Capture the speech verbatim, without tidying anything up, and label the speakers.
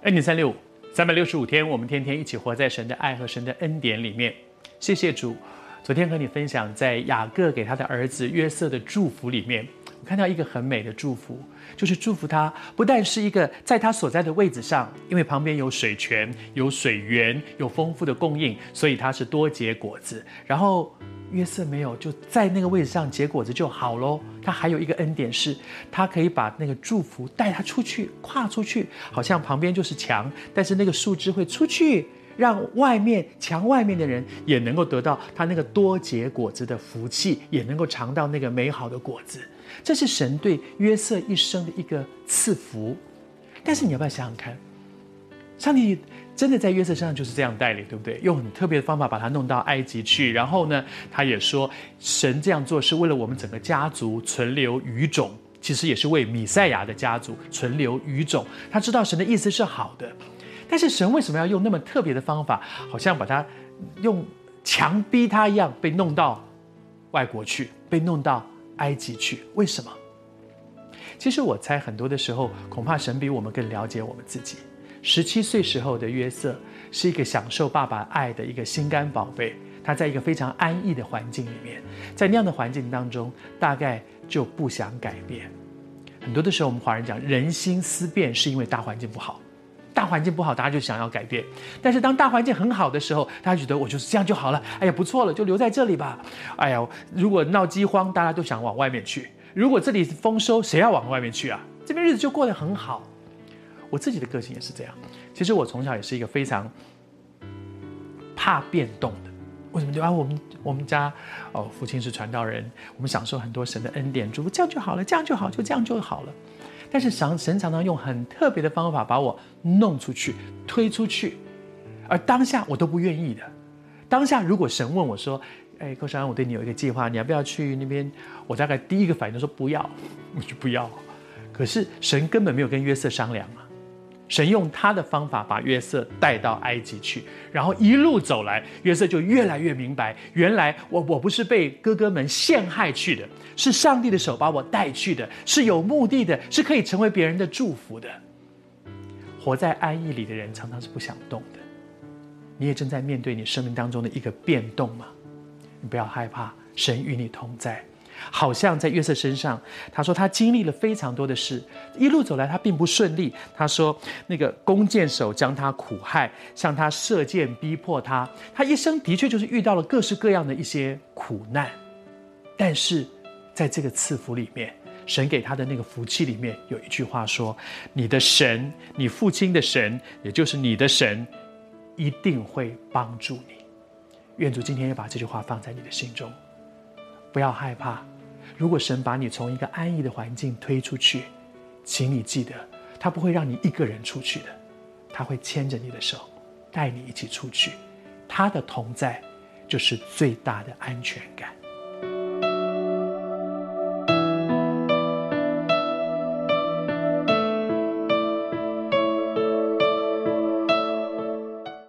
Speaker 1: 恩典三六五，三百六十五天，我们天天一起活在神的爱和神的恩典里面。谢谢主。昨天和你分享，在雅各给他的儿子约瑟的祝福里面，我看到一个很美的祝福，就是祝福他不但是一个在他所在的位置上，因为旁边有水泉、有水源、有丰富的供应，所以他是多结果子。然后约瑟没有就在那个位置上结果子就好咯，他还有一个恩典是，他可以把那个祝福带他出去，跨出去，好像旁边就是墙，但是那个树枝会出去，让外面墙外面的人也能够得到他那个多结果子的福气，也能够尝到那个美好的果子。这是神对约瑟一生的一个赐福。但是你要不要想想看，上帝真的在约瑟身上就是这样带领，对不对？用很特别的方法把他弄到埃及去，然后呢，他也说神这样做是为了我们整个家族存留余种，其实也是为弥赛亚的家族存留余种。他知道神的意思是好的，但是神为什么要用那么特别的方法，好像把他用强逼他一样，被弄到外国去，被弄到埃及去？为什么？其实我猜很多的时候，恐怕神比我们更了解我们自己。十七岁时候的约瑟是一个享受爸爸爱的一个心肝宝贝，他在一个非常安逸的环境里面，在那样的环境当中，大概就不想改变。很多的时候，我们华人讲人心思变，是因为大环境不好。大环境不好，大家就想要改变。但是当大环境很好的时候，大家觉得我就是这样就好了，哎呀不错了，就留在这里吧。哎呀，如果闹饥荒，大家都想往外面去；如果这里丰收，谁要往外面去啊？这边日子就过得很好。我自己的个性也是这样。其实我从小也是一个非常怕变动的。为什么？啊，我们我们家哦，父亲是传道人，我们享受很多神的恩典祝福，这样就好了，这样就好，就这样就好了。但是神常常用很特别的方法把我弄出去，推出去，而当下我都不愿意的。当下如果神问我说：“哎，寇少安，我对你有一个计划，你要不要去那边？”我大概第一个反应就说不要，我就不要。可是神根本没有跟约瑟商量啊。神用他的方法把约瑟带到埃及去，然后一路走来，约瑟就越来越明白，原来我我不是被哥哥们陷害去的，是上帝的手把我带去的，是有目的的，是可以成为别人的祝福的。活在安逸里的人常常是不想动的。你也正在面对你生命当中的一个变动吗？你不要害怕，神与你同在。好像在约瑟身上，他说他经历了非常多的事，一路走来他并不顺利。他说那个弓箭手将他苦害，向他射箭逼迫他，他一生的确就是遇到了各式各样的一些苦难。但是在这个赐福里面，神给他的那个福气里面有一句话说：你的神，你父亲的神，也就是你的神，一定会帮助你。愿主今天也把这句话放在你的心中。不要害怕，如果神把你从一个安逸的环境推出去，请你记得，他不会让你一个人出去的，他会牵着你的手，带你一起出去。他的同在就是最大的安全感。